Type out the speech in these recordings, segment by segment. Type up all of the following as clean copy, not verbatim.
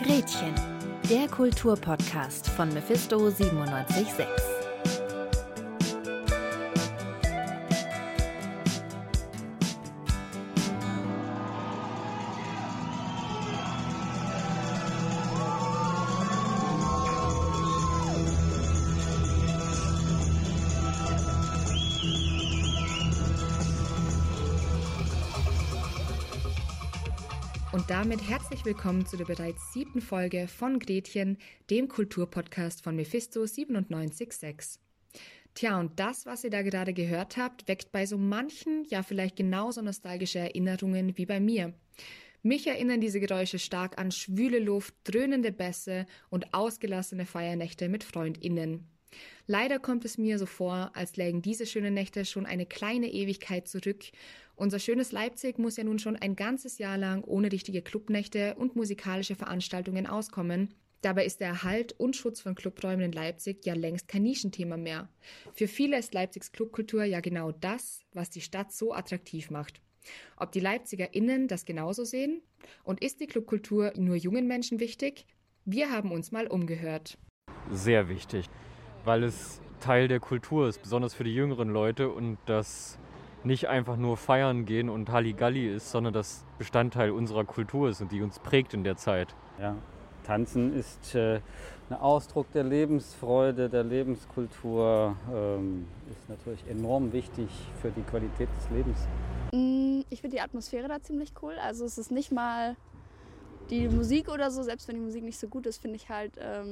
Gretchen, der Kulturpodcast von Mephisto 97.6. Und damit herzlich willkommen zu der bereits 7. Folge von Gretchen, dem Kulturpodcast von Mephisto 97.6. Tja, und das, was ihr da gerade gehört habt, weckt bei so manchen ja vielleicht genauso nostalgische Erinnerungen wie bei mir. Mich erinnern diese Geräusche stark an schwüle Luft, dröhnende Bässe und ausgelassene Feiernächte mit FreundInnen. Leider kommt es mir so vor, als lägen diese schönen Nächte schon eine kleine Ewigkeit zurück. Unser schönes Leipzig muss ja nun schon ein ganzes Jahr lang ohne richtige Clubnächte und musikalische Veranstaltungen auskommen. Dabei ist der Erhalt und Schutz von Clubräumen in Leipzig ja längst kein Nischenthema mehr. Für viele ist Leipzigs Clubkultur ja genau das, was die Stadt so attraktiv macht. Ob die LeipzigerInnen das genauso sehen? Und ist die Clubkultur nur jungen Menschen wichtig? Wir haben uns mal umgehört. Sehr wichtig, weil es Teil der Kultur ist, besonders für die jüngeren Leute, und das nicht einfach nur feiern gehen und Halligalli ist, sondern das Bestandteil unserer Kultur ist und die uns prägt in der Zeit. Ja, Tanzen ist ein Ausdruck der Lebensfreude, der Lebenskultur, ist natürlich enorm wichtig für die Qualität des Lebens. Ich finde die Atmosphäre da ziemlich cool. Also es ist nicht mal die Musik oder so, selbst wenn die Musik nicht so gut ist, finde ich halt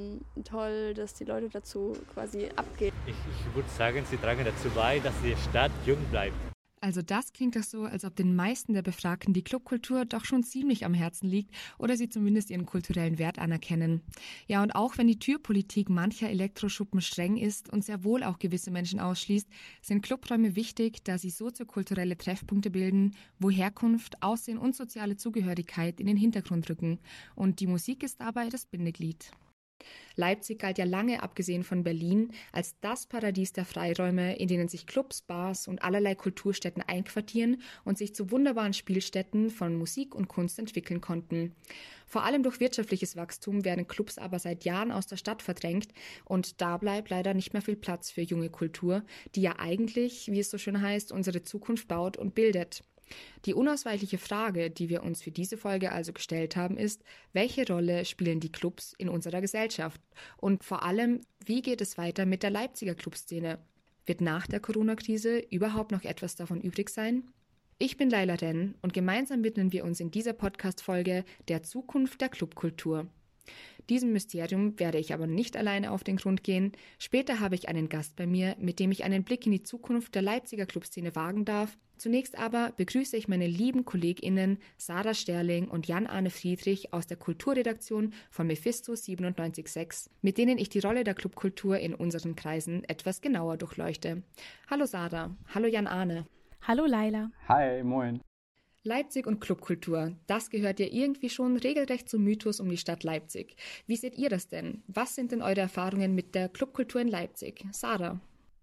toll, dass die Leute dazu quasi abgehen. Ich würde sagen, sie tragen dazu bei, dass die Stadt jung bleibt. Also das klingt doch so, als ob den meisten der Befragten die Clubkultur doch schon ziemlich am Herzen liegt oder sie zumindest ihren kulturellen Wert anerkennen. Ja, und auch wenn die Türpolitik mancher Elektroschuppen streng ist und sehr wohl auch gewisse Menschen ausschließt, sind Clubräume wichtig, da sie soziokulturelle Treffpunkte bilden, wo Herkunft, Aussehen und soziale Zugehörigkeit in den Hintergrund rücken. Und die Musik ist dabei das Bindeglied. Leipzig galt ja lange, abgesehen von Berlin, als das Paradies der Freiräume, in denen sich Clubs, Bars und allerlei Kulturstätten einquartieren und sich zu wunderbaren Spielstätten von Musik und Kunst entwickeln konnten. Vor allem durch wirtschaftliches Wachstum werden Clubs aber seit Jahren aus der Stadt verdrängt und da bleibt leider nicht mehr viel Platz für junge Kultur, die ja eigentlich, wie es so schön heißt, unsere Zukunft baut und bildet. Die unausweichliche Frage, die wir uns für diese Folge also gestellt haben, ist, welche Rolle spielen die Clubs in unserer Gesellschaft? Und vor allem, wie geht es weiter mit der Leipziger Clubszene? Wird nach der Corona-Krise überhaupt noch etwas davon übrig sein? Ich bin Laila Renn und gemeinsam widmen wir uns in dieser Podcast-Folge der Zukunft der Clubkultur. Diesem Mysterium werde ich aber nicht alleine auf den Grund gehen. Später habe ich einen Gast bei mir, mit dem ich einen Blick in die Zukunft der Leipziger Clubszene wagen darf. Zunächst aber begrüße ich meine lieben KollegInnen Sarah Sterling und Jan-Arne Friedrich aus der Kulturredaktion von Mephisto 97.6, mit denen ich die Rolle der Clubkultur in unseren Kreisen etwas genauer durchleuchte. Hallo Sarah, hallo Jan-Arne. Hallo Laila. Hi, moin. Leipzig und Clubkultur, das gehört ja irgendwie schon regelrecht zum Mythos um die Stadt Leipzig. Wie seht ihr das denn? Was sind denn eure Erfahrungen mit der Clubkultur in Leipzig? Sarah?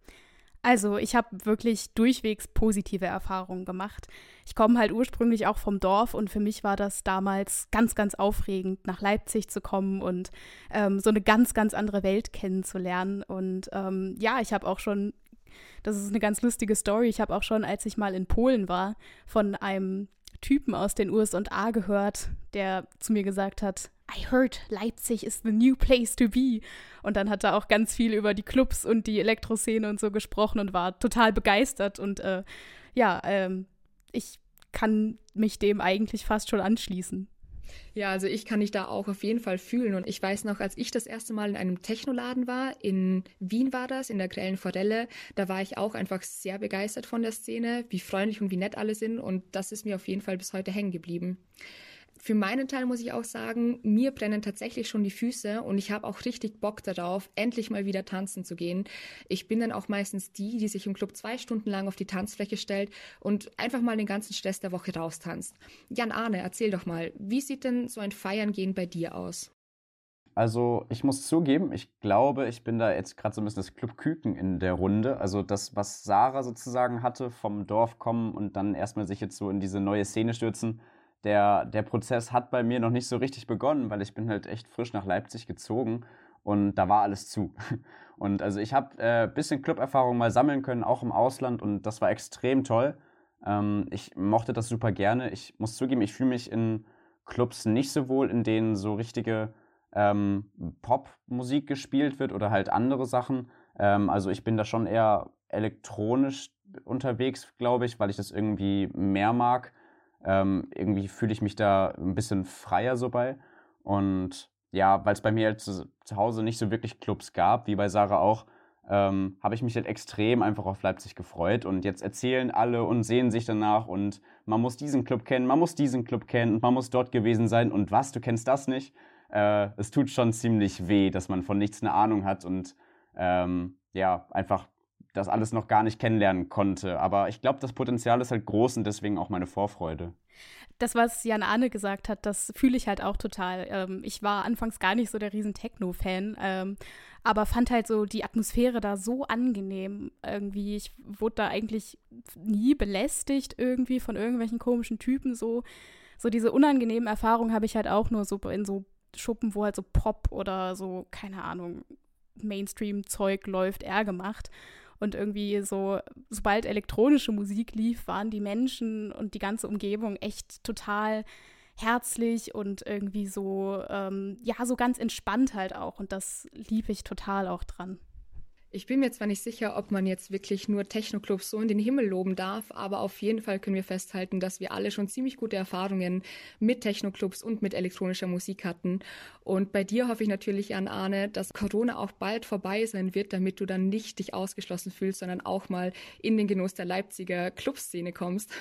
Also ich habe wirklich durchwegs positive Erfahrungen gemacht. Ich komme halt ursprünglich auch vom Dorf und für mich war das damals ganz, ganz aufregend, nach Leipzig zu kommen und so eine ganz, ganz andere Welt kennenzulernen. Und ich habe auch schon, das ist eine ganz lustige Story, ich habe auch schon, als ich mal in Polen war, von einem Typen aus den USA gehört, der zu mir gesagt hat, I heard, Leipzig is the new place to be. Und dann hat er auch ganz viel über die Clubs und die Elektroszene und so gesprochen und war total begeistert. Und ich kann mich dem eigentlich fast schon anschließen. Ja, also ich kann dich da auch auf jeden Fall fühlen. Und ich weiß noch, als ich das erste Mal in einem Technoladen war, in Wien war das, in der Grellen Forelle, da war ich auch einfach sehr begeistert von der Szene, wie freundlich und wie nett alle sind. Und das ist mir auf jeden Fall bis heute hängen geblieben. Für meinen Teil muss ich auch sagen, mir brennen tatsächlich schon die Füße und ich habe auch richtig Bock darauf, endlich mal wieder tanzen zu gehen. Ich bin dann auch meistens die sich im Club 2 Stunden lang auf die Tanzfläche stellt und einfach mal den ganzen Stress der Woche raustanzt. Jan-Arne, erzähl doch mal, wie sieht denn so ein Feiern-Gehen bei dir aus? Also ich muss zugeben, ich glaube, ich bin da jetzt gerade so ein bisschen das Club-Küken in der Runde. Also das, was Sarah sozusagen hatte, vom Dorf kommen und dann erstmal sich jetzt so in diese neue Szene stürzen, der Prozess hat bei mir noch nicht so richtig begonnen, weil ich bin halt echt frisch nach Leipzig gezogen und da war alles zu. Und also ich habe ein bisschen Club-Erfahrung mal sammeln können, auch im Ausland, und das war extrem toll. Ich mochte das super gerne. Ich muss zugeben, ich fühle mich in Clubs nicht so wohl, in denen so richtige Popmusik gespielt wird oder halt andere Sachen. Also ich bin da schon eher elektronisch unterwegs, glaube ich, weil ich das irgendwie mehr mag. Irgendwie fühle ich mich da ein bisschen freier so bei. Und ja, weil es bei mir halt zu Hause nicht so wirklich Clubs gab, wie bei Sarah auch, habe ich mich halt extrem einfach auf Leipzig gefreut. Und jetzt erzählen alle und sehen sich danach und man muss diesen Club kennen, man muss diesen Club kennen und man muss dort gewesen sein. Und was, du kennst das nicht? Es tut schon ziemlich weh, dass man von nichts eine Ahnung hat und ja, einfach das alles noch gar nicht kennenlernen konnte. Aber ich glaube, das Potenzial ist halt groß und deswegen auch meine Vorfreude. Das, was Jan Arne gesagt hat, das fühle ich halt auch total. Ich war anfangs gar nicht so der riesen Techno-Fan, aber fand halt so die Atmosphäre da so angenehm irgendwie. Ich wurde da eigentlich nie belästigt irgendwie von irgendwelchen komischen Typen. So diese unangenehmen Erfahrungen habe ich halt auch nur so in so Schuppen, wo halt so Pop oder so, keine Ahnung, Mainstream-Zeug läuft, eher gemacht. Und irgendwie so, sobald elektronische Musik lief, waren die Menschen und die ganze Umgebung echt total herzlich und irgendwie so, ja, so ganz entspannt halt auch. Und das liebe ich total auch dran. Ich bin mir zwar nicht sicher, ob man jetzt wirklich nur Techno-Clubs so in den Himmel loben darf, aber auf jeden Fall können wir festhalten, dass wir alle schon ziemlich gute Erfahrungen mit Techno-Clubs und mit elektronischer Musik hatten. Und bei dir hoffe ich natürlich, an Arne, dass Corona auch bald vorbei sein wird, damit du dann nicht dich ausgeschlossen fühlst, sondern auch mal in den Genuss der Leipziger Clubszene kommst.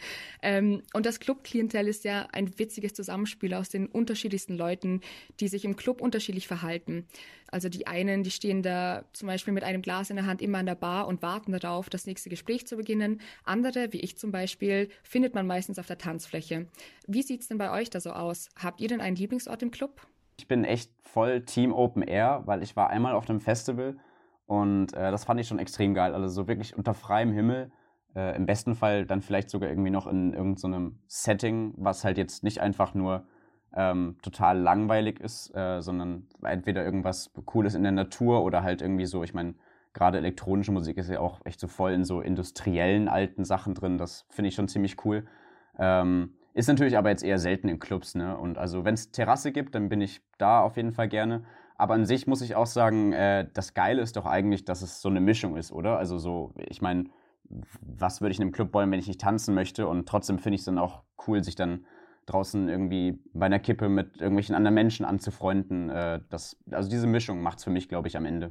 Und das Club-Klientel ist ja ein witziges Zusammenspiel aus den unterschiedlichsten Leuten, die sich im Club unterschiedlich verhalten. Also die einen, die stehen da zum Beispiel mit einem Glas in der Hand immer an der Bar und warten darauf, das nächste Gespräch zu beginnen. Andere, wie ich zum Beispiel, findet man meistens auf der Tanzfläche. Wie sieht's denn bei euch da so aus? Habt ihr denn einen Lieblingsort im Club? Ich bin echt voll Team Open Air, weil ich war einmal auf einem Festival und das fand ich schon extrem geil. Also so wirklich unter freiem Himmel. Im besten Fall dann vielleicht sogar irgendwie noch in irgendeinem Setting, was halt jetzt nicht einfach nur total langweilig ist, sondern entweder irgendwas Cooles in der Natur oder halt irgendwie so, ich meine, gerade elektronische Musik ist ja auch echt so voll in so industriellen alten Sachen drin, das finde ich schon ziemlich cool. Ist natürlich aber jetzt eher selten in Clubs, ne? Und also wenn es Terrasse gibt, dann bin ich da auf jeden Fall gerne. Aber an sich muss ich auch sagen, das Geile ist doch eigentlich, dass es so eine Mischung ist, oder? Also so, ich meine, was würde ich in einem Club wollen, wenn ich nicht tanzen möchte? Und trotzdem finde ich es dann auch cool, sich dann draußen irgendwie bei einer Kippe mit irgendwelchen anderen Menschen anzufreunden. Also diese Mischung macht es für mich, glaube ich, am Ende.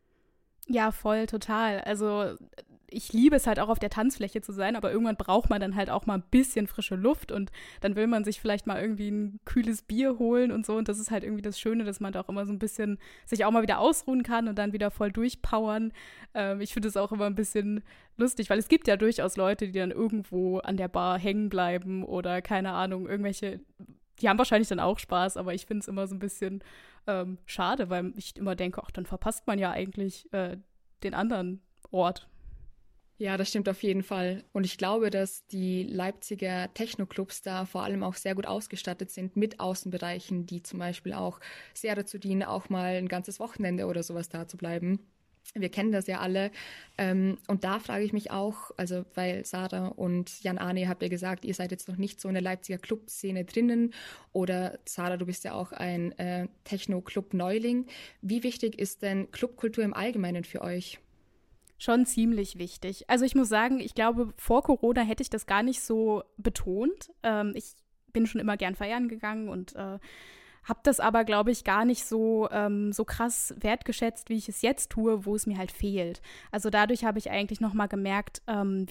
Ja, voll, total. Also ich liebe es halt auch auf der Tanzfläche zu sein, aber irgendwann braucht man dann halt auch mal ein bisschen frische Luft und dann will man sich vielleicht mal irgendwie ein kühles Bier holen und so, und das ist halt irgendwie das Schöne, dass man da auch immer so ein bisschen sich auch mal wieder ausruhen kann und dann wieder voll durchpowern. Ich finde es auch immer ein bisschen lustig, weil es gibt ja durchaus Leute, die dann irgendwo an der Bar hängen bleiben oder keine Ahnung, die haben wahrscheinlich dann auch Spaß, aber ich finde es immer so ein bisschen schade, weil ich immer denke, ach, dann verpasst man ja eigentlich den anderen Ort. Ja, das stimmt auf jeden Fall. Und ich glaube, dass die Leipziger Techno-Clubs da vor allem auch sehr gut ausgestattet sind mit Außenbereichen, die zum Beispiel auch sehr dazu dienen, auch mal ein ganzes Wochenende oder sowas da zu bleiben. Wir kennen das ja alle. Und da frage ich mich auch, also weil Sarah und Jan Arne, habt ihr gesagt, ihr seid jetzt noch nicht so in der Leipziger Clubszene drinnen. Oder Sarah, du bist ja auch ein Techno-Club-Neuling. Wie wichtig ist denn Clubkultur im Allgemeinen für euch? Schon ziemlich wichtig. Also ich muss sagen, ich glaube, vor Corona hätte ich das gar nicht so betont. Ich bin schon immer gern feiern gegangen und habe das aber, glaube ich, gar nicht so krass wertgeschätzt, wie ich es jetzt tue, wo es mir halt fehlt. Also dadurch habe ich eigentlich nochmal gemerkt,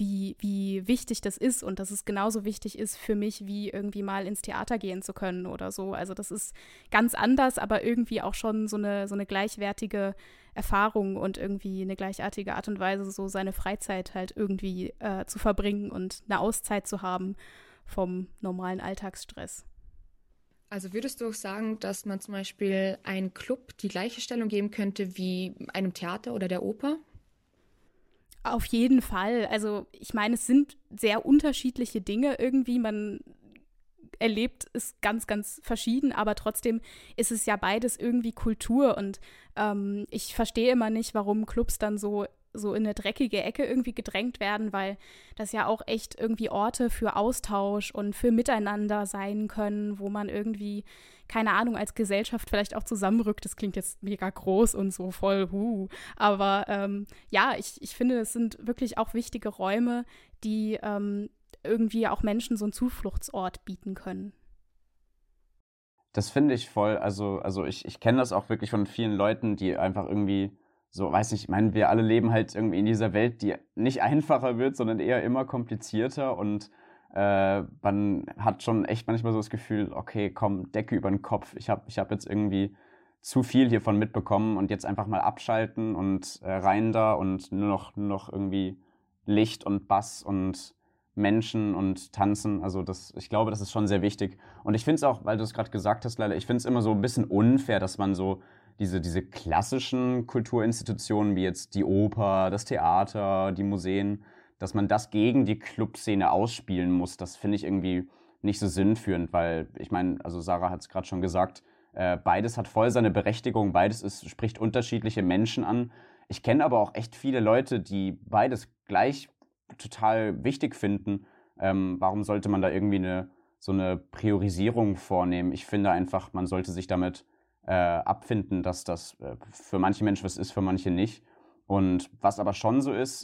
wie wichtig das ist und dass es genauso wichtig ist für mich, wie irgendwie mal ins Theater gehen zu können oder so. Also das ist ganz anders, aber irgendwie auch schon so eine gleichwertige Erfahrung und irgendwie eine gleichartige Art und Weise, so seine Freizeit halt irgendwie zu verbringen und eine Auszeit zu haben vom normalen Alltagsstress. Also würdest du auch sagen, dass man zum Beispiel einem Club die gleiche Stellung geben könnte wie einem Theater oder der Oper? Auf jeden Fall. Also ich meine, es sind sehr unterschiedliche Dinge irgendwie. erlebt es ganz, ganz verschieden, aber trotzdem ist es ja beides irgendwie Kultur und ich verstehe immer nicht, warum Clubs dann so in eine dreckige Ecke irgendwie gedrängt werden, weil das ja auch echt irgendwie Orte für Austausch und für Miteinander sein können, wo man irgendwie, keine Ahnung, als Gesellschaft vielleicht auch zusammenrückt. Das klingt jetzt mega groß und so voll, aber ja, ich finde, das sind wirklich auch wichtige Räume, die irgendwie auch Menschen so einen Zufluchtsort bieten können. Das finde ich voll, also ich kenne das auch wirklich von vielen Leuten, die einfach irgendwie so, weiß nicht, ich meine, wir alle leben halt irgendwie in dieser Welt, die nicht einfacher wird, sondern eher immer komplizierter und man hat schon echt manchmal so das Gefühl, okay, komm, Decke über den Kopf, ich hab jetzt irgendwie zu viel hiervon mitbekommen und jetzt einfach mal abschalten und rein da und nur noch irgendwie Licht und Bass und Menschen und Tanzen, also ich glaube, das ist schon sehr wichtig. Und ich finde es auch, weil du es gerade gesagt hast, Leila, ich finde es immer so ein bisschen unfair, dass man so diese klassischen Kulturinstitutionen wie jetzt die Oper, das Theater, die Museen, dass man das gegen die Clubszene ausspielen muss. Das finde ich irgendwie nicht so sinnführend, weil ich meine, also Sarah hat es gerade schon gesagt, beides hat voll seine Berechtigung, beides spricht unterschiedliche Menschen an. Ich kenne aber auch echt viele Leute, die beides gleich total wichtig finden. Warum sollte man da irgendwie so eine Priorisierung vornehmen? Ich finde einfach, man sollte sich damit abfinden, dass das für manche Menschen was ist, für manche nicht. Und was aber schon so ist,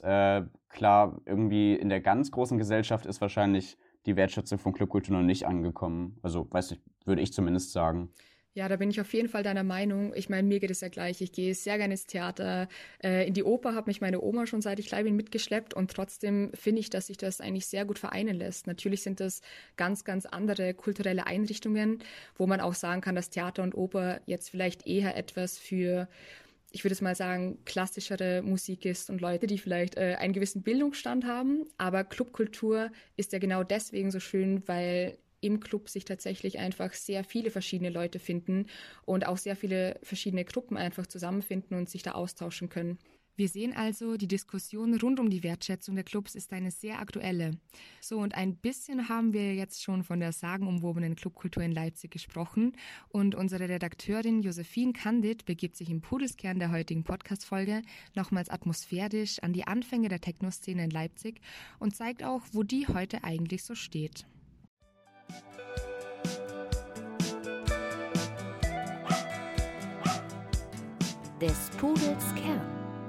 klar, irgendwie in der ganz großen Gesellschaft ist wahrscheinlich die Wertschätzung von Clubkultur noch nicht angekommen. Also, weiß nicht, würde ich zumindest sagen. Ja, da bin ich auf jeden Fall deiner Meinung. Ich meine, mir geht es ja gleich. Ich gehe sehr gerne ins Theater. In die Oper hat mich meine Oma schon seit ich klein bin mitgeschleppt und trotzdem finde ich, dass sich das eigentlich sehr gut vereinen lässt. Natürlich sind das ganz, ganz andere kulturelle Einrichtungen, wo man auch sagen kann, dass Theater und Oper jetzt vielleicht eher etwas für, ich würde es mal sagen, klassischere Musik ist und Leute, die vielleicht einen gewissen Bildungsstand haben. Aber Clubkultur ist ja genau deswegen so schön, weil im Club sich tatsächlich einfach sehr viele verschiedene Leute finden und auch sehr viele verschiedene Gruppen einfach zusammenfinden und sich da austauschen können. Wir sehen also, die Diskussion rund um die Wertschätzung der Clubs ist eine sehr aktuelle. So, und ein bisschen haben wir jetzt schon von der sagenumwobenen Clubkultur in Leipzig gesprochen und unsere Redakteurin Josephine Candid begibt sich im Pudelskern der heutigen Podcast-Folge nochmals atmosphärisch an die Anfänge der Techno-Szene in Leipzig und zeigt auch, wo die heute eigentlich so steht. Des Pudels Kern.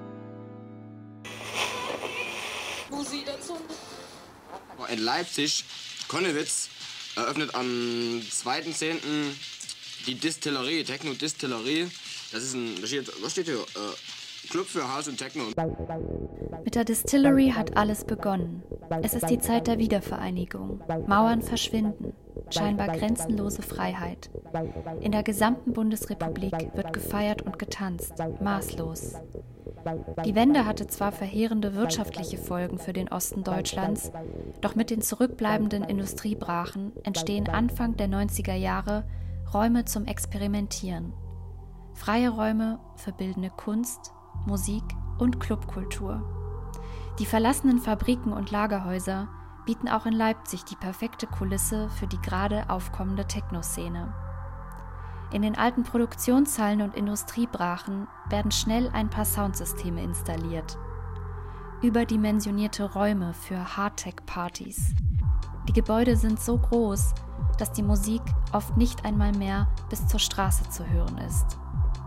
In Leipzig, Konnewitz, eröffnet am 2.10. die Distillerie, Techno-Distillerie. Das ist was steht hier? Club für House und Techno. Mit der Distillery hat alles begonnen. Es ist die Zeit der Wiedervereinigung. Mauern verschwinden. Scheinbar grenzenlose Freiheit. In der gesamten Bundesrepublik wird gefeiert und getanzt. Maßlos. Die Wende hatte zwar verheerende wirtschaftliche Folgen für den Osten Deutschlands, doch mit den zurückbleibenden Industriebrachen entstehen Anfang der 90er Jahre Räume zum Experimentieren. Freie Räume für bildende Kunst, Musik und Clubkultur. Die verlassenen Fabriken und Lagerhäuser bieten auch in Leipzig die perfekte Kulisse für die gerade aufkommende Techno-Szene. In den alten Produktionshallen und Industriebrachen werden schnell ein paar Soundsysteme installiert. Überdimensionierte Räume für Hardtech-Partys. Die Gebäude sind so groß, dass die Musik oft nicht einmal mehr bis zur Straße zu hören ist.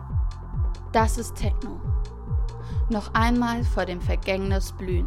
Das ist Techno. Noch einmal vor dem Vergängnis blühen.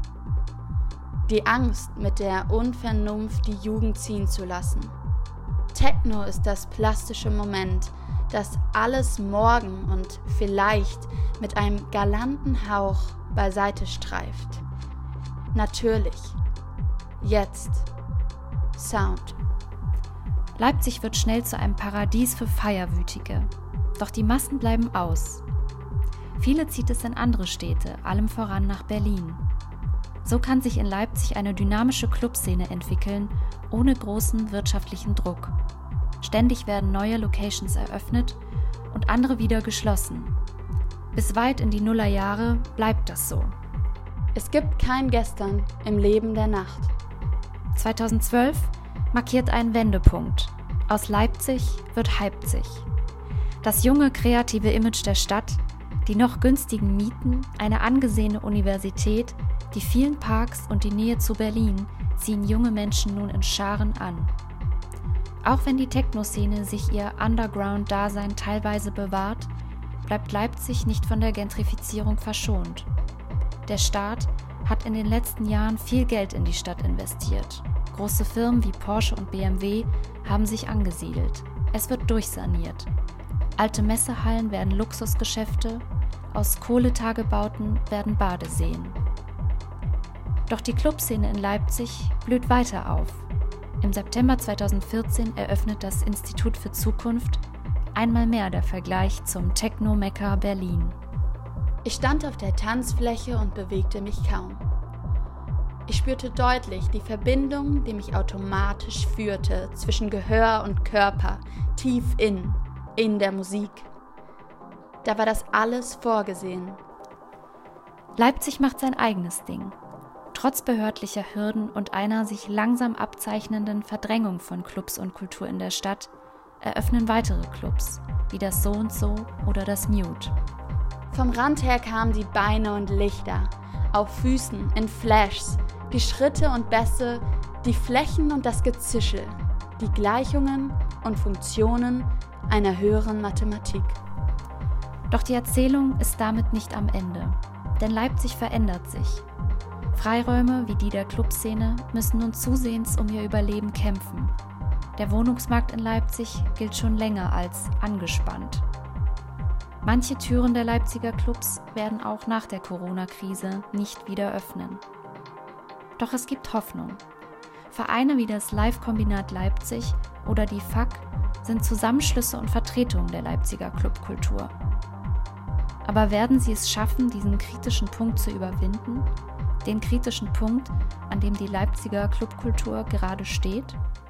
Die Angst, mit der Unvernunft die Jugend ziehen zu lassen. Techno ist das plastische Moment, das alles morgen und vielleicht mit einem galanten Hauch beiseite streift. Natürlich. Jetzt. Sound. Leipzig wird schnell zu einem Paradies für Feierwütige. Doch die Massen bleiben aus. Viele zieht es in andere Städte, allem voran nach Berlin. So kann sich in Leipzig eine dynamische Clubszene entwickeln, ohne großen wirtschaftlichen Druck. Ständig werden neue Locations eröffnet und andere wieder geschlossen. Bis weit in die Nullerjahre bleibt das so. Es gibt kein Gestern im Leben der Nacht. 2012 markiert einen Wendepunkt. Aus Leipzig wird Leipzig. Das junge, kreative Image der Stadt, die noch günstigen Mieten, eine angesehene Universität, die vielen Parks und die Nähe zu Berlin ziehen junge Menschen nun in Scharen an. Auch wenn die Techno-Szene sich ihr Underground-Dasein teilweise bewahrt, bleibt Leipzig nicht von der Gentrifizierung verschont. Der Staat hat in den letzten Jahren viel Geld in die Stadt investiert. Große Firmen wie Porsche und BMW haben sich angesiedelt. Es wird durchsaniert. Alte Messehallen werden Luxusgeschäfte, aus Kohletagebauten werden Badeseen. Doch die Clubszene in Leipzig blüht weiter auf. Im September 2014 eröffnet das Institut für Zukunft einmal mehr der Vergleich zum Techno-Mekka Berlin. Ich stand auf der Tanzfläche und bewegte mich kaum. Ich spürte deutlich die Verbindung, die mich automatisch führte zwischen Gehör und Körper, tief in der Musik. Da war das alles vorgesehen. Leipzig macht sein eigenes Ding. Trotz behördlicher Hürden und einer sich langsam abzeichnenden Verdrängung von Clubs und Kultur in der Stadt eröffnen weitere Clubs, wie das So und So oder das Mute. Vom Rand her kamen die Beine und Lichter, auf Füßen, in Flashs, die Schritte und Bässe, die Flächen und das Gezischel, die Gleichungen und Funktionen einer höheren Mathematik. Doch die Erzählung ist damit nicht am Ende, denn Leipzig verändert sich. Freiräume wie die der Clubszene müssen nun zusehends um ihr Überleben kämpfen. Der Wohnungsmarkt in Leipzig gilt schon länger als angespannt. Manche Türen der Leipziger Clubs werden auch nach der Corona-Krise nicht wieder öffnen. Doch es gibt Hoffnung. Vereine wie das Live-Kombinat Leipzig oder die FAK sind Zusammenschlüsse und Vertretungen der Leipziger Clubkultur. Aber werden sie es schaffen, diesen kritischen Punkt zu überwinden? Den kritischen Punkt, an dem die Leipziger Clubkultur gerade steht?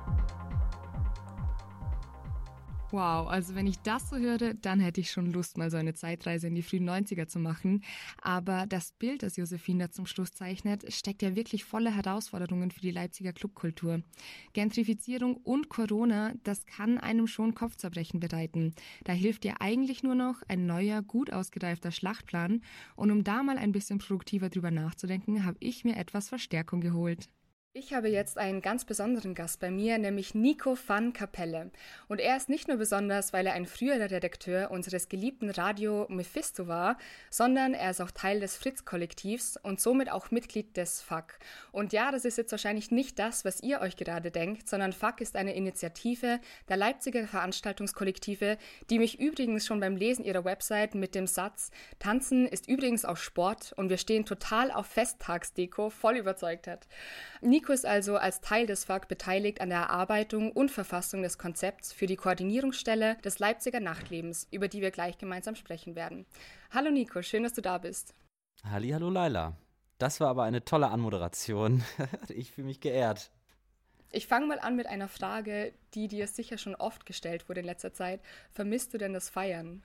Wow, also wenn ich das so höre, dann hätte ich schon Lust, mal so eine Zeitreise in die frühen 90er zu machen. Aber das Bild, das Josephine da zum Schluss zeichnet, steckt ja wirklich voller Herausforderungen für die Leipziger Clubkultur. Gentrifizierung und Corona, das kann einem schon Kopfzerbrechen bereiten. Da hilft ja eigentlich nur noch ein neuer, gut ausgereifter Schlachtplan. Und um da mal ein bisschen produktiver drüber nachzudenken, habe ich mir etwas Verstärkung geholt. Ich habe jetzt einen ganz besonderen Gast bei mir, nämlich Nico van Kapelle. Und er ist nicht nur besonders, weil er ein früherer Redakteur unseres geliebten Radio Mephisto war, sondern er ist auch Teil des Fritz-Kollektivs und somit auch Mitglied des FAK. Und ja, das ist jetzt wahrscheinlich nicht das, was ihr euch gerade denkt, sondern FAK ist eine Initiative der Leipziger Veranstaltungskollektive, die mich übrigens schon beim Lesen ihrer Website mit dem Satz „Tanzen ist übrigens auch Sport und wir stehen total auf Festtagsdeko" voll überzeugt hat. Nico ist also als Teil des FAK beteiligt an der Erarbeitung und Verfassung des Konzepts für die Koordinierungsstelle des Leipziger Nachtlebens, über die wir gleich gemeinsam sprechen werden. Hallo Nico, schön, dass du da bist. Hallo Laila. Das war aber eine tolle Anmoderation. Ich fühle mich geehrt. Ich fange mal an mit einer Frage, die dir sicher schon oft gestellt wurde in letzter Zeit. Vermisst du denn das Feiern?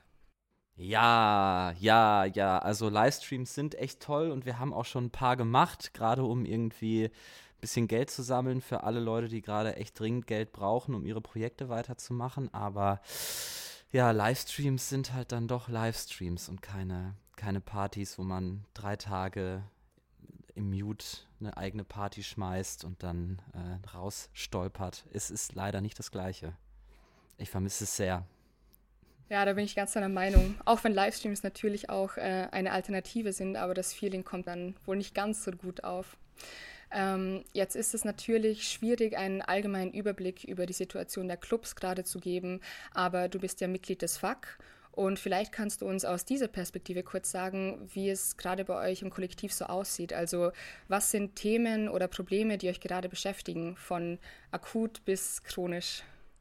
Ja. Also Livestreams sind echt toll und wir haben auch schon ein paar gemacht, gerade um irgendwie ein bisschen Geld zu sammeln für alle Leute, die gerade echt dringend Geld brauchen, um ihre Projekte weiterzumachen. Aber ja, Livestreams sind halt dann doch Livestreams und keine Partys, wo man 3 Tage im Mute eine eigene Party schmeißt und dann rausstolpert. Es ist leider nicht das Gleiche. Ich vermisse es sehr. Ja, da bin ich ganz deiner Meinung. Auch wenn Livestreams natürlich auch eine Alternative sind, aber das Feeling kommt dann wohl nicht ganz so gut auf. Jetzt ist es natürlich schwierig, einen allgemeinen Überblick über die Situation der Clubs gerade zu geben, aber du bist ja Mitglied des FAK und vielleicht kannst du uns aus dieser Perspektive kurz sagen, wie es gerade bei euch im Kollektiv so aussieht. Also was sind Themen oder Probleme, die euch gerade beschäftigen, von akut bis chronisch?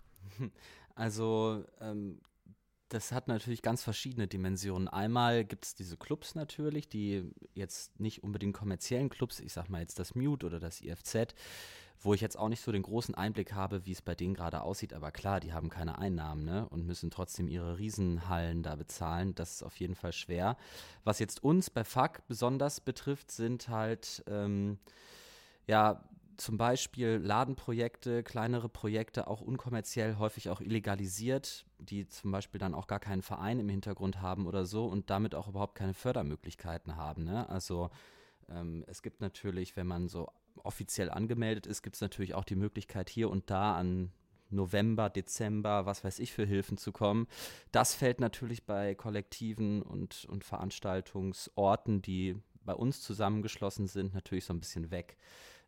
Also das hat natürlich ganz verschiedene Dimensionen. Einmal gibt es diese Clubs natürlich, die jetzt nicht unbedingt kommerziellen Clubs, ich sag mal jetzt das Mute oder das IFZ, wo ich jetzt auch nicht so den großen Einblick habe, wie es bei denen gerade aussieht. Aber klar, die haben keine Einnahmen, ne? Und müssen trotzdem ihre Riesenhallen da bezahlen. Das ist auf jeden Fall schwer. Was jetzt uns bei FAK besonders betrifft, sind halt zum Beispiel Ladenprojekte, kleinere Projekte, auch unkommerziell, häufig auch illegalisiert, die zum Beispiel dann auch gar keinen Verein im Hintergrund haben oder so und damit auch überhaupt keine Fördermöglichkeiten haben. Ne? Also es gibt natürlich, wenn man so offiziell angemeldet ist, gibt es natürlich auch die Möglichkeit, hier und da an November, Dezember, was weiß ich, für Hilfen zu kommen. Das fällt natürlich bei Kollektiven und Veranstaltungsorten, die bei uns zusammengeschlossen sind, natürlich so ein bisschen weg.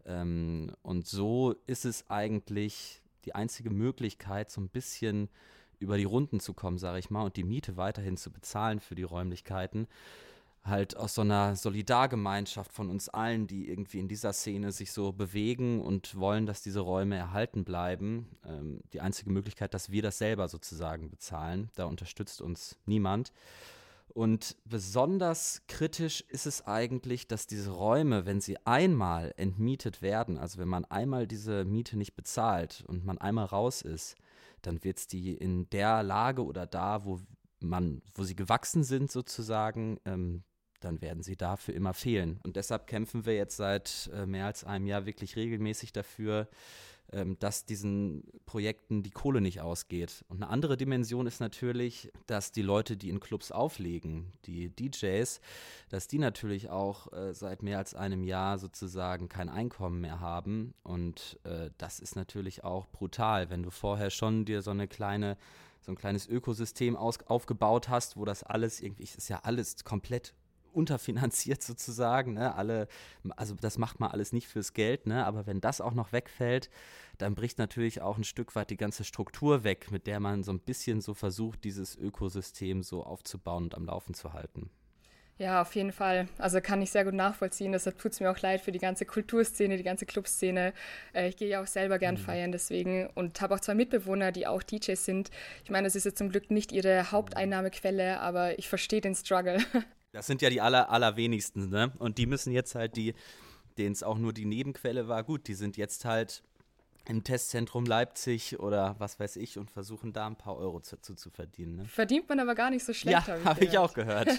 Und so ist es eigentlich die einzige Möglichkeit, so ein bisschen über die Runden zu kommen, sage ich mal, und die Miete weiterhin zu bezahlen für die Räumlichkeiten. Halt aus so einer Solidargemeinschaft von uns allen, die irgendwie in dieser Szene sich so bewegen und wollen, dass diese Räume erhalten bleiben. Die einzige Möglichkeit, dass wir das selber sozusagen bezahlen. Da unterstützt uns niemand. Und besonders kritisch ist es eigentlich, dass diese Räume, wenn sie einmal entmietet werden, also wenn man einmal diese Miete nicht bezahlt und man einmal raus ist, dann wird es die in der Lage oder da, wo sie gewachsen sind sozusagen, dann werden sie da für immer fehlen. Und deshalb kämpfen wir jetzt seit mehr als einem Jahr wirklich regelmäßig dafür, dass diesen Projekten die Kohle nicht ausgeht. Und eine andere Dimension ist natürlich, dass die Leute, die in Clubs auflegen, die DJs, dass die natürlich auch seit mehr als einem Jahr sozusagen kein Einkommen mehr haben. Und das ist natürlich auch brutal, wenn du vorher schon dir so ein kleines Ökosystem aufgebaut hast, wo das alles irgendwie, ist ja alles komplett unterfinanziert sozusagen, ne? Also das macht man alles nicht fürs Geld, ne? Aber wenn das auch noch wegfällt, dann bricht natürlich auch ein Stück weit die ganze Struktur weg, mit der man so ein bisschen so versucht, dieses Ökosystem so aufzubauen und am Laufen zu halten. Ja, auf jeden Fall. Also kann ich sehr gut nachvollziehen. Deshalb tut es mir auch leid für die ganze Kulturszene, die ganze Clubszene. Ich gehe ja auch selber gern feiern deswegen und habe auch 2 Mitbewohner, die auch DJs sind. Ich meine, das ist jetzt zum Glück nicht ihre Haupteinnahmequelle, aber ich verstehe den Struggle. Das sind ja die allerwenigsten, ne? Und die müssen jetzt halt denen es auch nur die Nebenquelle war, gut, die sind jetzt halt im Testzentrum Leipzig oder was weiß ich und versuchen da ein paar Euro zu verdienen. Ne? Verdient man aber gar nicht so schlecht, ja, habe ich auch gehört.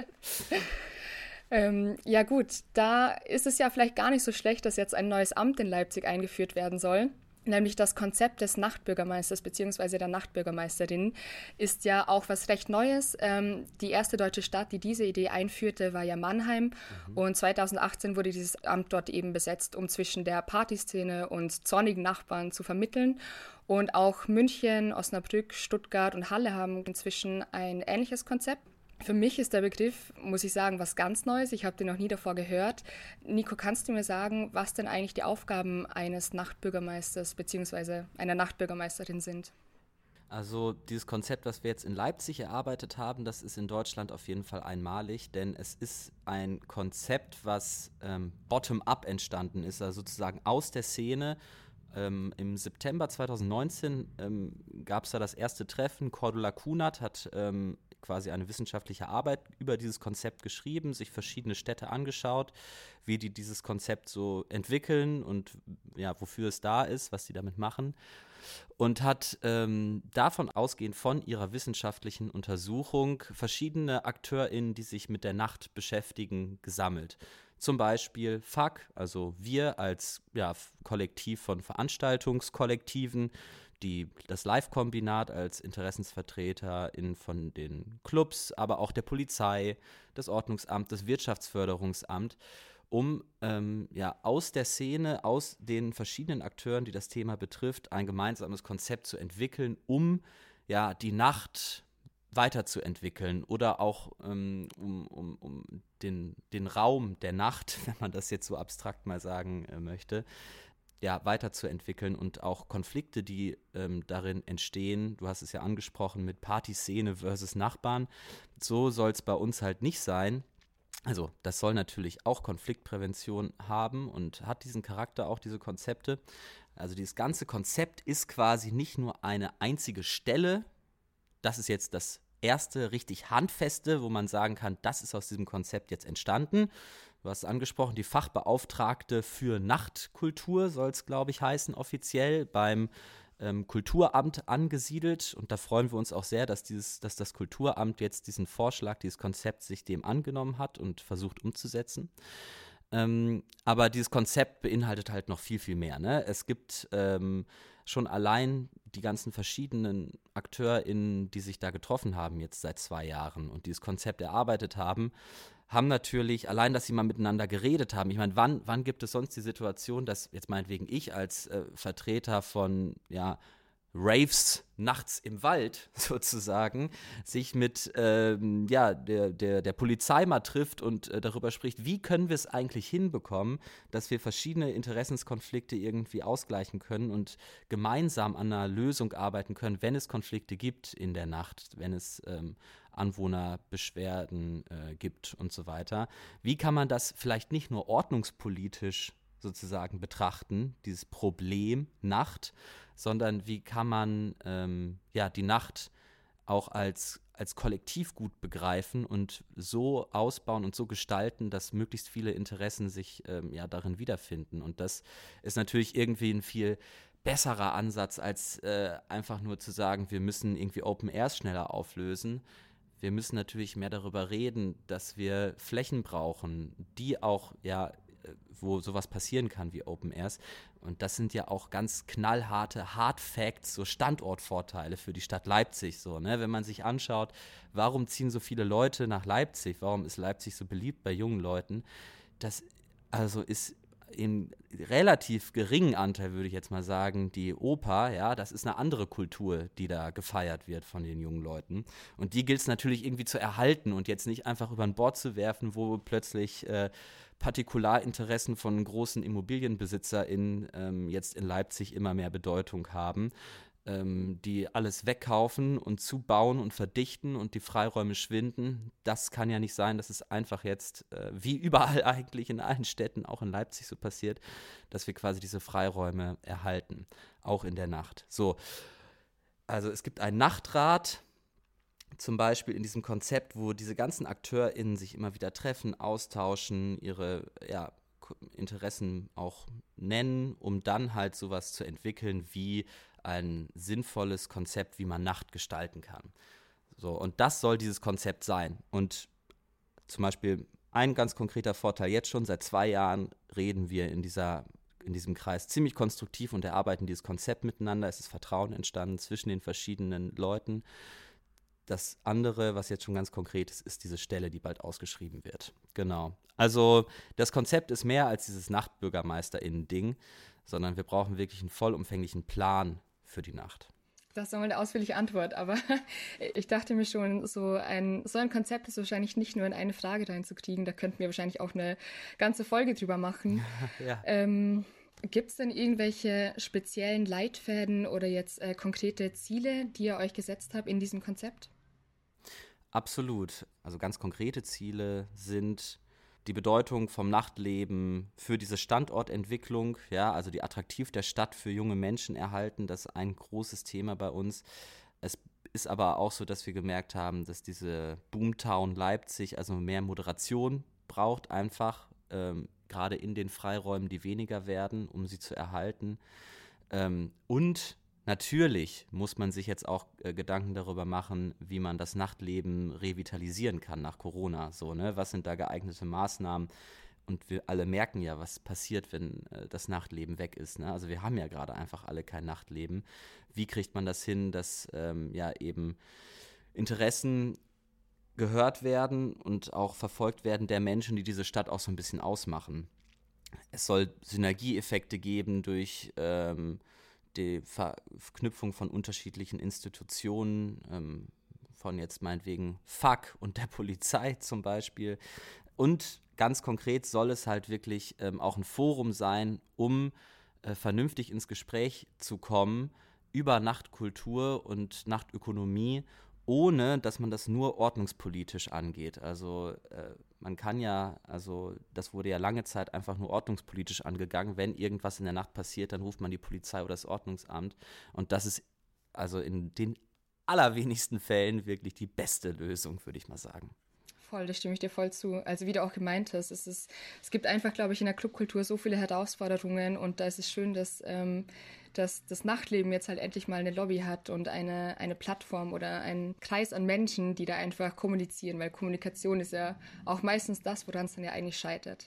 Ja gut, da ist es ja vielleicht gar nicht so schlecht, dass jetzt ein neues Amt in Leipzig eingeführt werden soll. Nämlich das Konzept des Nachtbürgermeisters bzw. der Nachtbürgermeisterin ist ja auch was recht Neues. Die erste deutsche Stadt, die diese Idee einführte, war ja Mannheim. Und 2018 wurde dieses Amt dort eben besetzt, um zwischen der Partyszene und zornigen Nachbarn zu vermitteln. Und auch München, Osnabrück, Stuttgart und Halle haben inzwischen ein ähnliches Konzept. Für mich ist der Begriff, muss ich sagen, was ganz Neues. Ich habe den noch nie davor gehört. Nico, kannst du mir sagen, was denn eigentlich die Aufgaben eines Nachtbürgermeisters bzw. einer Nachtbürgermeisterin sind? Also dieses Konzept, was wir jetzt in Leipzig erarbeitet haben, das ist in Deutschland auf jeden Fall einmalig, denn es ist ein Konzept, was bottom-up entstanden ist, also sozusagen aus der Szene. Im September 2019 gab es da das erste Treffen. Cordula Kunert hat quasi eine wissenschaftliche Arbeit über dieses Konzept geschrieben, sich verschiedene Städte angeschaut, wie die dieses Konzept so entwickeln und ja, wofür es da ist, was die damit machen. Und hat davon ausgehend von ihrer wissenschaftlichen Untersuchung verschiedene AkteurInnen, die sich mit der Nacht beschäftigen, gesammelt. Zum Beispiel FAK, also wir als Kollektiv von Veranstaltungskollektiven, das Live-Kombinat als InteressensvertreterInnen von den Clubs, aber auch der Polizei, das Ordnungsamt, das Wirtschaftsförderungsamt, um aus der Szene, aus den verschiedenen Akteuren, die das Thema betrifft, ein gemeinsames Konzept zu entwickeln, um die Nacht weiterzuentwickeln oder auch um den Raum der Nacht, wenn man das jetzt so abstrakt mal sagen möchte, weiterzuentwickeln und auch Konflikte, die darin entstehen, du hast es ja angesprochen, mit Partyszene versus Nachbarn, so soll es bei uns halt nicht sein. Also das soll natürlich auch Konfliktprävention haben und hat diesen Charakter, auch diese Konzepte. Also dieses ganze Konzept ist quasi nicht nur eine einzige Stelle, das ist jetzt das erste richtig Handfeste, wo man sagen kann, das ist aus diesem Konzept jetzt entstanden. Du hast es angesprochen, die Fachbeauftragte für Nachtkultur soll es, glaube ich, heißen, offiziell beim Kulturamt angesiedelt. Und da freuen wir uns auch sehr, dass das Kulturamt jetzt diesen Vorschlag, dieses Konzept sich dem angenommen hat und versucht umzusetzen. Aber dieses Konzept beinhaltet halt noch viel, viel mehr. Ne? Es gibt schon allein die ganzen verschiedenen AkteurInnen, die sich da getroffen haben jetzt seit 2 Jahren und dieses Konzept erarbeitet haben natürlich, allein, dass sie mal miteinander geredet haben. Ich meine, wann gibt es sonst die Situation, dass jetzt meinetwegen ich als Vertreter von, Raves nachts im Wald sozusagen sich mit der Polizei mal trifft und darüber spricht, wie können wir es eigentlich hinbekommen, dass wir verschiedene Interessenskonflikte irgendwie ausgleichen können und gemeinsam an einer Lösung arbeiten können, wenn es Konflikte gibt in der Nacht, wenn es Anwohnerbeschwerden gibt und so weiter. Wie kann man das vielleicht nicht nur ordnungspolitisch sozusagen betrachten, dieses Problem Nacht, sondern wie kann man die Nacht auch als Kollektivgut begreifen und so ausbauen und so gestalten, dass möglichst viele Interessen sich darin wiederfinden. Und das ist natürlich irgendwie ein viel besserer Ansatz, als einfach nur zu sagen, wir müssen irgendwie Open Airs schneller auflösen. Wir müssen natürlich mehr darüber reden, dass wir Flächen brauchen, die auch wo sowas passieren kann wie Open Airs. Und das sind ja auch ganz knallharte Hard Facts, so Standortvorteile für die Stadt Leipzig. So, ne? Wenn man sich anschaut, warum ziehen so viele Leute nach Leipzig, warum ist Leipzig so beliebt bei jungen Leuten, das also ist in relativ geringen Anteil, würde ich jetzt mal sagen, die Oper, das ist eine andere Kultur, die da gefeiert wird von den jungen Leuten. Und die gilt es natürlich irgendwie zu erhalten und jetzt nicht einfach über ein Bord zu werfen, wo plötzlich Partikularinteressen von großen ImmobilienbesitzerInnen jetzt in Leipzig immer mehr Bedeutung haben, die alles wegkaufen und zubauen und verdichten und die Freiräume schwinden. Das kann ja nicht sein, dass es einfach jetzt, wie überall eigentlich in allen Städten, auch in Leipzig so passiert, dass wir quasi diese Freiräume erhalten, auch in der Nacht. So, also es gibt einen Nachtrat, zum Beispiel in diesem Konzept, wo diese ganzen AkteurInnen sich immer wieder treffen, austauschen, ihre Interessen auch nennen, um dann halt sowas zu entwickeln wie ein sinnvolles Konzept, wie man Nacht gestalten kann. So, und das soll dieses Konzept sein. Und zum Beispiel ein ganz konkreter Vorteil jetzt schon, seit 2 Jahren reden wir in diesem Kreis ziemlich konstruktiv und erarbeiten dieses Konzept miteinander. Es ist Vertrauen entstanden zwischen den verschiedenen Leuten. Das andere, was jetzt schon ganz konkret ist, ist diese Stelle, die bald ausgeschrieben wird. Genau. Also das Konzept ist mehr als dieses NachtbürgermeisterInnen-Ding, sondern wir brauchen wirklich einen vollumfänglichen Plan für die Nacht. Das ist nochmal eine ausführliche Antwort, aber ich dachte mir schon, so ein Konzept ist wahrscheinlich nicht nur in eine Frage reinzukriegen, da könnten wir wahrscheinlich auch eine ganze Folge drüber machen. Ja. Gibt es denn irgendwelche speziellen Leitfäden oder jetzt konkrete Ziele, die ihr euch gesetzt habt in diesem Konzept? Absolut. Also ganz konkrete Ziele sind die Bedeutung vom Nachtleben für diese Standortentwicklung, also die Attraktiv der Stadt für junge Menschen erhalten, das ist ein großes Thema bei uns. Es ist aber auch so, dass wir gemerkt haben, dass diese Boomtown Leipzig also mehr Moderation braucht, einfach gerade in den Freiräumen, die weniger werden, um sie zu erhalten. Und natürlich muss man sich jetzt auch Gedanken darüber machen, wie man das Nachtleben revitalisieren kann nach Corona. So, ne? Was sind da geeignete Maßnahmen? Und wir alle merken ja, was passiert, wenn das Nachtleben weg ist. Ne? Also wir haben ja gerade einfach alle kein Nachtleben. Wie kriegt man das hin, dass eben Interessen gehört werden und auch verfolgt werden der Menschen, die diese Stadt auch so ein bisschen ausmachen? Es soll Synergieeffekte geben durch die Verknüpfung von unterschiedlichen Institutionen, von jetzt meinetwegen FAK und der Polizei zum Beispiel. Und ganz konkret soll es halt wirklich auch ein Forum sein, um vernünftig ins Gespräch zu kommen über Nachtkultur und Nachtökonomie, ohne dass man das nur ordnungspolitisch angeht. Also man kann das wurde ja lange Zeit einfach nur ordnungspolitisch angegangen. Wenn irgendwas in der Nacht passiert, dann ruft man die Polizei oder das Ordnungsamt. Und das ist also in den allerwenigsten Fällen wirklich die beste Lösung, würde ich mal sagen. Voll, da stimme ich dir voll zu. Also wie du auch gemeint hast, es gibt einfach, glaube ich, in der Clubkultur so viele Herausforderungen und da ist es schön, dass das Nachtleben jetzt halt endlich mal eine Lobby hat und eine Plattform oder einen Kreis an Menschen, die da einfach kommunizieren, weil Kommunikation ist ja auch meistens das, woran es dann ja eigentlich scheitert.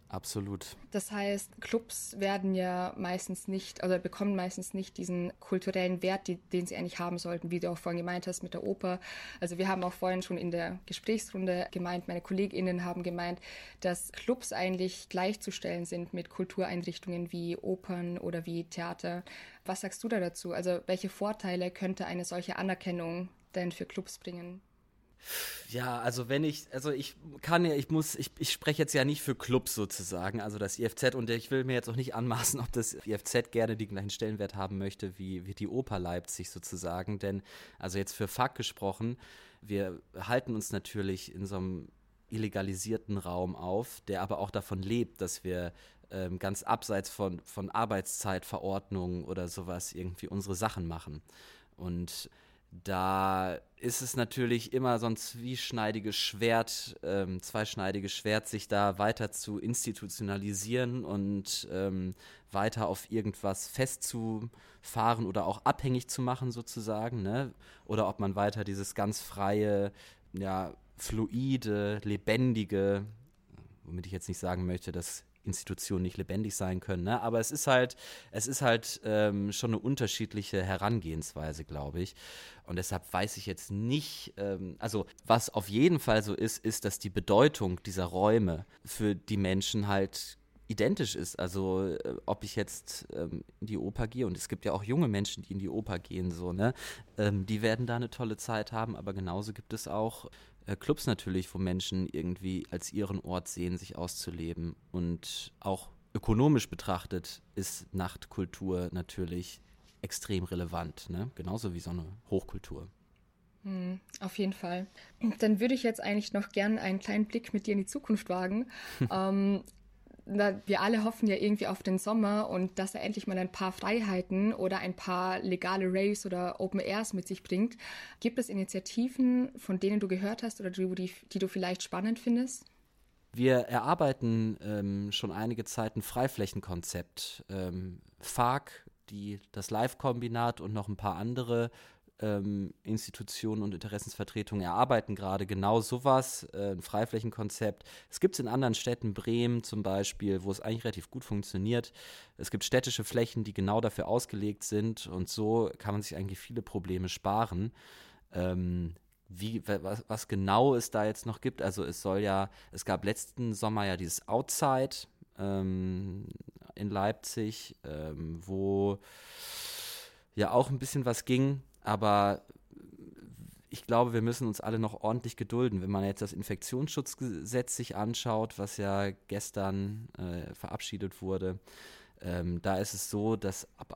Absolut. Das heißt, Clubs werden ja meistens nicht, oder bekommen meistens nicht diesen kulturellen Wert, den sie eigentlich haben sollten, wie du auch vorhin gemeint hast mit der Oper. Also wir haben auch vorhin schon in der Gesprächsrunde gemeint, meine KollegInnen haben gemeint, dass Clubs eigentlich gleichzustellen sind mit Kultureinrichtungen wie Opern oder wie Theater. Was sagst du da dazu? Also welche Vorteile könnte eine solche Anerkennung denn für Clubs bringen? Ja, also ich spreche jetzt ja nicht für Clubs sozusagen, also das IFZ, und ich will mir jetzt auch nicht anmaßen, ob das IFZ gerne den gleichen Stellenwert haben möchte wie die Oper Leipzig sozusagen, denn also jetzt für FAK gesprochen, wir halten uns natürlich in so einem illegalisierten Raum auf, der aber auch davon lebt, dass wir ganz abseits von Arbeitszeitverordnungen oder sowas irgendwie unsere Sachen machen. Und da ist es natürlich immer so ein zweischneidiges Schwert, sich da weiter zu institutionalisieren und weiter auf irgendwas festzufahren oder auch abhängig zu machen sozusagen, ne? Oder ob man weiter dieses ganz freie, ja, fluide, lebendige, womit ich jetzt nicht sagen möchte, dass Institutionen nicht lebendig sein können, ne? Aber es ist halt schon eine unterschiedliche Herangehensweise, glaube ich. Und deshalb weiß ich jetzt nicht, also was auf jeden Fall so ist, dass die Bedeutung dieser Räume für die Menschen halt identisch ist. Also ob ich jetzt in die Oper gehe, und es gibt ja auch junge Menschen, die in die Oper gehen, so, ne? Die werden da eine tolle Zeit haben, aber genauso gibt es auch Clubs natürlich, wo Menschen irgendwie als ihren Ort sehen, sich auszuleben. Und auch ökonomisch betrachtet ist Nachtkultur natürlich extrem relevant, ne? Genauso wie so eine Hochkultur. Auf jeden Fall. Dann würde ich jetzt eigentlich noch gern einen kleinen Blick mit dir in die Zukunft wagen. Wir alle hoffen ja irgendwie auf den Sommer und dass er endlich mal ein paar Freiheiten oder ein paar legale Raves oder Open Airs mit sich bringt. Gibt es Initiativen, von denen du gehört hast oder die du vielleicht spannend findest? Wir erarbeiten schon einige Zeit ein Freiflächenkonzept. FAK, das Live-Kombinat und noch ein paar andere Institutionen und Interessensvertretungen erarbeiten gerade genau sowas, ein Freiflächenkonzept. Es gibt es in anderen Städten, Bremen zum Beispiel, wo es eigentlich relativ gut funktioniert. Es gibt städtische Flächen, die genau dafür ausgelegt sind, und so kann man sich eigentlich viele Probleme sparen. Was genau es da jetzt noch gibt, also es gab letzten Sommer ja dieses Outside in Leipzig, wo ja auch ein bisschen was ging. Aber ich glaube, wir müssen uns alle noch ordentlich gedulden. Wenn man jetzt das Infektionsschutzgesetz sich anschaut, was ja gestern verabschiedet wurde, da ist es so, dass ab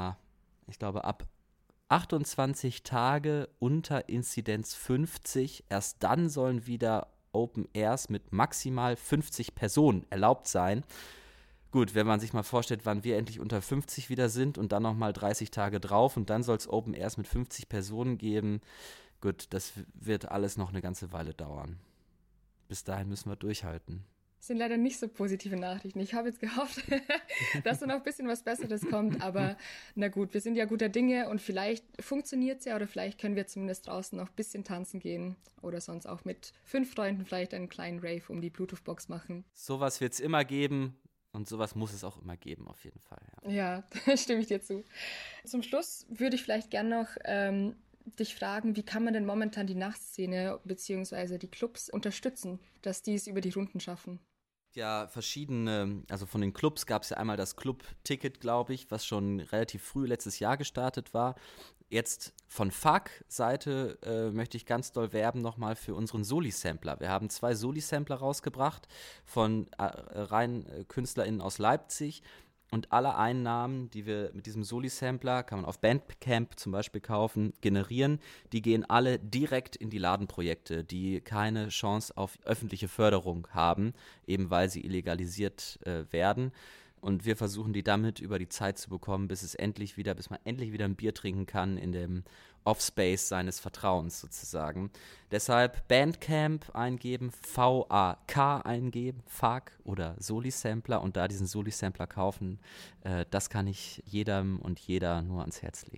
28 Tage unter Inzidenz 50, erst dann sollen wieder Open Airs mit maximal 50 Personen erlaubt sein. Gut, wenn man sich mal vorstellt, wann wir endlich unter 50 wieder sind und dann nochmal 30 Tage drauf und dann soll es Open Airs mit 50 Personen geben. Gut, das wird alles noch eine ganze Weile dauern. Bis dahin müssen wir durchhalten. Das sind leider nicht so positive Nachrichten. Ich habe jetzt gehofft, dass da noch ein bisschen was Besseres kommt, aber na gut, wir sind ja guter Dinge und vielleicht funktioniert es ja oder vielleicht können wir zumindest draußen noch ein bisschen tanzen gehen oder sonst auch mit 5 Freunden vielleicht einen kleinen Rave um die Bluetooth-Box machen. Sowas wird es immer geben. Und sowas muss es auch immer geben, auf jeden Fall. Ja, da stimme ich dir zu. Zum Schluss würde ich vielleicht gerne noch dich fragen, wie kann man denn momentan die Nachtszene bzw. die Clubs unterstützen, dass die es über die Runden schaffen? Ja, verschiedene, also von den Clubs gab es ja einmal das Club-Ticket, glaube ich, was schon relativ früh letztes Jahr gestartet war. Jetzt von FAK-Seite möchte ich ganz doll werben nochmal für unseren Soli-Sampler. Wir haben 2 Soli-Sampler rausgebracht von rein KünstlerInnen aus Leipzig. Und alle Einnahmen, die wir mit diesem Soli-Sampler, kann man auf Bandcamp zum Beispiel kaufen, generieren, die gehen alle direkt in die Ladenprojekte, die keine Chance auf öffentliche Förderung haben, eben weil sie illegalisiert werden. Und wir versuchen die damit über die Zeit zu bekommen, bis man endlich wieder ein Bier trinken kann in dem Offspace seines Vertrauens sozusagen. Deshalb Bandcamp eingeben, VAK eingeben, FAK oder Soli-Sampler und da diesen Soli-Sampler kaufen. Das kann ich jedem und jeder nur ans Herz legen.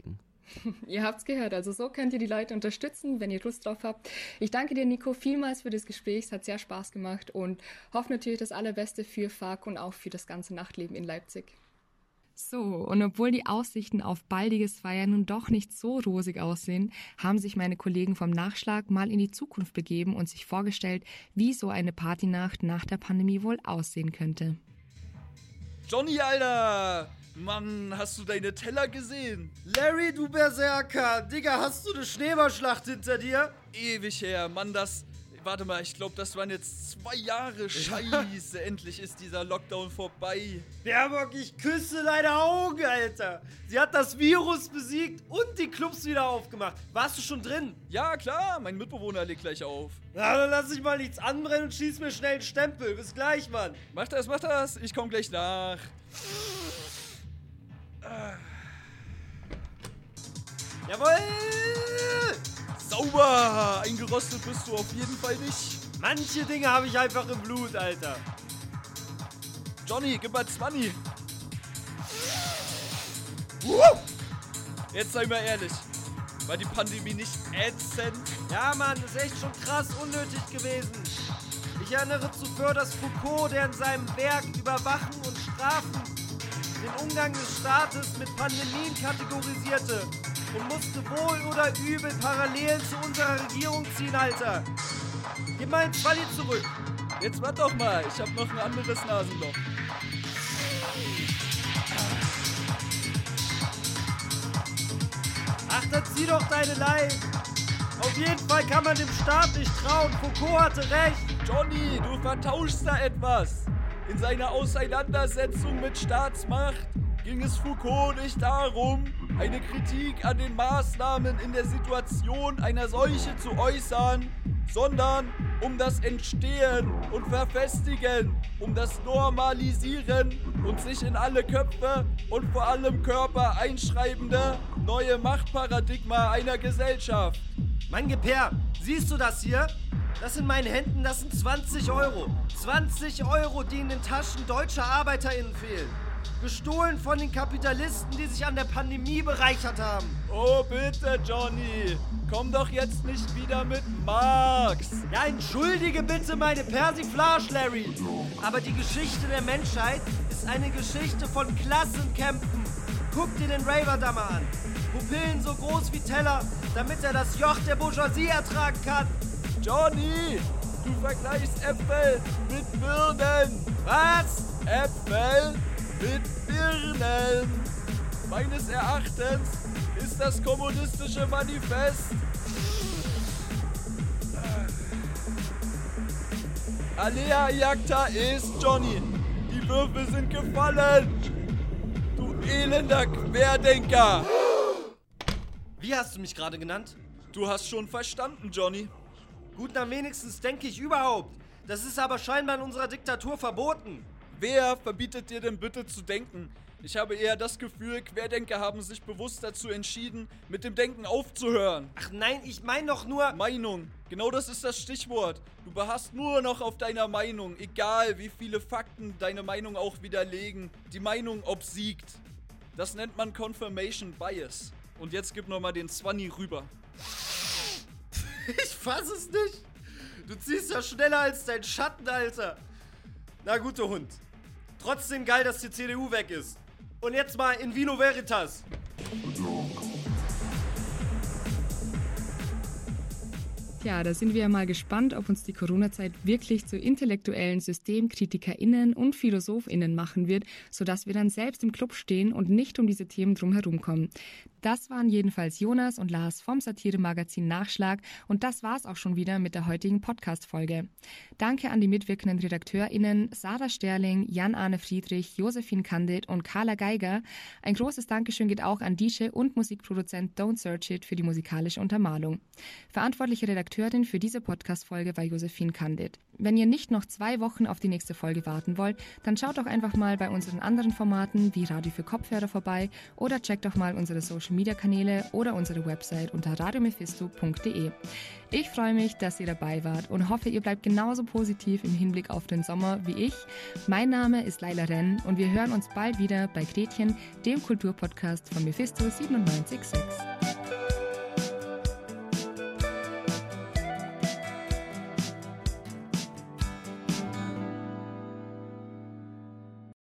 Ihr habt's gehört, also so könnt ihr die Leute unterstützen, wenn ihr Lust drauf habt. Ich danke dir, Nico, vielmals für das Gespräch, es hat sehr Spaß gemacht und hoffe natürlich das Allerbeste für FARC und auch für das ganze Nachtleben in Leipzig. So, und obwohl die Aussichten auf baldiges Feiern nun doch nicht so rosig aussehen, haben sich meine Kollegen vom Nachschlag mal in die Zukunft begeben und sich vorgestellt, wie so eine Partynacht nach der Pandemie wohl aussehen könnte. Johnny, Alter! Mann, hast du deine Teller gesehen? Larry, du Berserker! Digga, hast du eine Schneeballschlacht hinter dir? Ewig her, Mann, warte mal, ich glaube, das waren jetzt 2 Jahre. Scheiße, endlich ist dieser Lockdown vorbei. Baerbock, ich küsse deine Augen, Alter. Sie hat das Virus besiegt und die Clubs wieder aufgemacht. Warst du schon drin? Ja, klar, mein Mitbewohner legt gleich auf. Na, dann lass ich mal nichts anbrennen und schieß mir schnell einen Stempel. Bis gleich, Mann. Mach das, ich komm gleich nach. Jawohl! Sauber! Eingerostet bist du auf jeden Fall nicht. Manche Dinge habe ich einfach im Blut, Alter. Johnny, gib mal 20. Jetzt sei mal ehrlich. War die Pandemie nicht ätzend? Ja, Mann, ist echt schon krass unnötig gewesen. Ich erinnere zuvor, dass Foucault, der in seinem Werk Überwachen und Strafen den Umgang des Staates mit Pandemien kategorisierte und musste wohl oder übel Parallelen zu unserer Regierung ziehen, Alter. Gib mal ein 20 zurück. Jetzt warte doch mal, ich hab noch ein anderes Nasenloch. Ach, dann zieh doch deine Leih. Auf jeden Fall kann man dem Staat nicht trauen. Foucault hatte recht. Johnny, du vertauschst da etwas. In seiner Auseinandersetzung mit Staatsmacht ging es Foucault nicht darum, eine Kritik an den Maßnahmen in der Situation einer Seuche zu äußern, sondern um das Entstehen und Verfestigen, um das Normalisieren und sich in alle Köpfe und vor allem Körper einschreibende neue Machtparadigma einer Gesellschaft. Mein Gepär, siehst du das hier? Das in meinen Händen, das sind 20 Euro. 20 Euro, die in den Taschen deutscher ArbeiterInnen fehlen. Gestohlen von den Kapitalisten, die sich an der Pandemie bereichert haben. Oh bitte, Johnny. Komm doch jetzt nicht wieder mit Marx. Ja, entschuldige bitte meine Persiflage, Larry. Aber die Geschichte der Menschheit ist eine Geschichte von Klassenkämpfen. Guck dir den Raver da mal an. Pupillen so groß wie Teller, damit er das Joch der Bourgeoisie ertragen kann. Johnny, du vergleichst Äpfel mit Birnen. Was? Äpfel mit Birnen. Meines Erachtens ist das kommunistische Manifest Alea Iacta ist, Johnny. Die Würfel sind gefallen. Du elender Querdenker. Wie hast du mich gerade genannt? Du hast schon verstanden, Johnny. Gut, na wenigstens denke ich überhaupt. Das ist aber scheinbar in unserer Diktatur verboten. Wer verbietet dir denn bitte zu denken? Ich habe eher das Gefühl, Querdenker haben sich bewusst dazu entschieden, mit dem Denken aufzuhören. Ach nein, ich meine doch nur... Meinung. Genau das ist das Stichwort. Du beharrst nur noch auf deiner Meinung, egal wie viele Fakten deine Meinung auch widerlegen. Die Meinung obsiegt. Das nennt man Confirmation Bias. Und jetzt gib nochmal den 20 rüber. Ich fass es nicht. Du ziehst ja schneller als dein Schatten, Alter. Na gut, du Hund. Trotzdem geil, dass die CDU weg ist. Und jetzt mal in Vino Veritas. Tja, da sind wir ja mal gespannt, ob uns die Corona-Zeit wirklich zu intellektuellen SystemkritikerInnen und PhilosophInnen machen wird, sodass wir dann selbst im Club stehen und nicht um diese Themen drumherum kommen. Das waren jedenfalls Jonas und Lars vom Satire-Magazin Nachschlag und das war's auch schon wieder mit der heutigen Podcast-Folge. Danke an die mitwirkenden RedakteurInnen Sarah Sterling, Jan-Arne Friedrich, Josephine Candid und Carla Geiger. Ein großes Dankeschön geht auch an DJ und Musikproduzent Don't Search It für die musikalische Untermalung. Verantwortliche Redakteurin für diese Podcast-Folge war Josephine Candid. Wenn ihr nicht noch 2 Wochen auf die nächste Folge warten wollt, dann schaut doch einfach mal bei unseren anderen Formaten wie Radio für Kopfhörer vorbei oder checkt doch mal unsere Social Social-Media-Kanäle oder unsere Website unter radiomephisto.de. Ich freue mich, dass ihr dabei wart und hoffe, ihr bleibt genauso positiv im Hinblick auf den Sommer wie ich. Mein Name ist Laila Renn und wir hören uns bald wieder bei Gretchen, dem Kulturpodcast von Mephisto 97.6.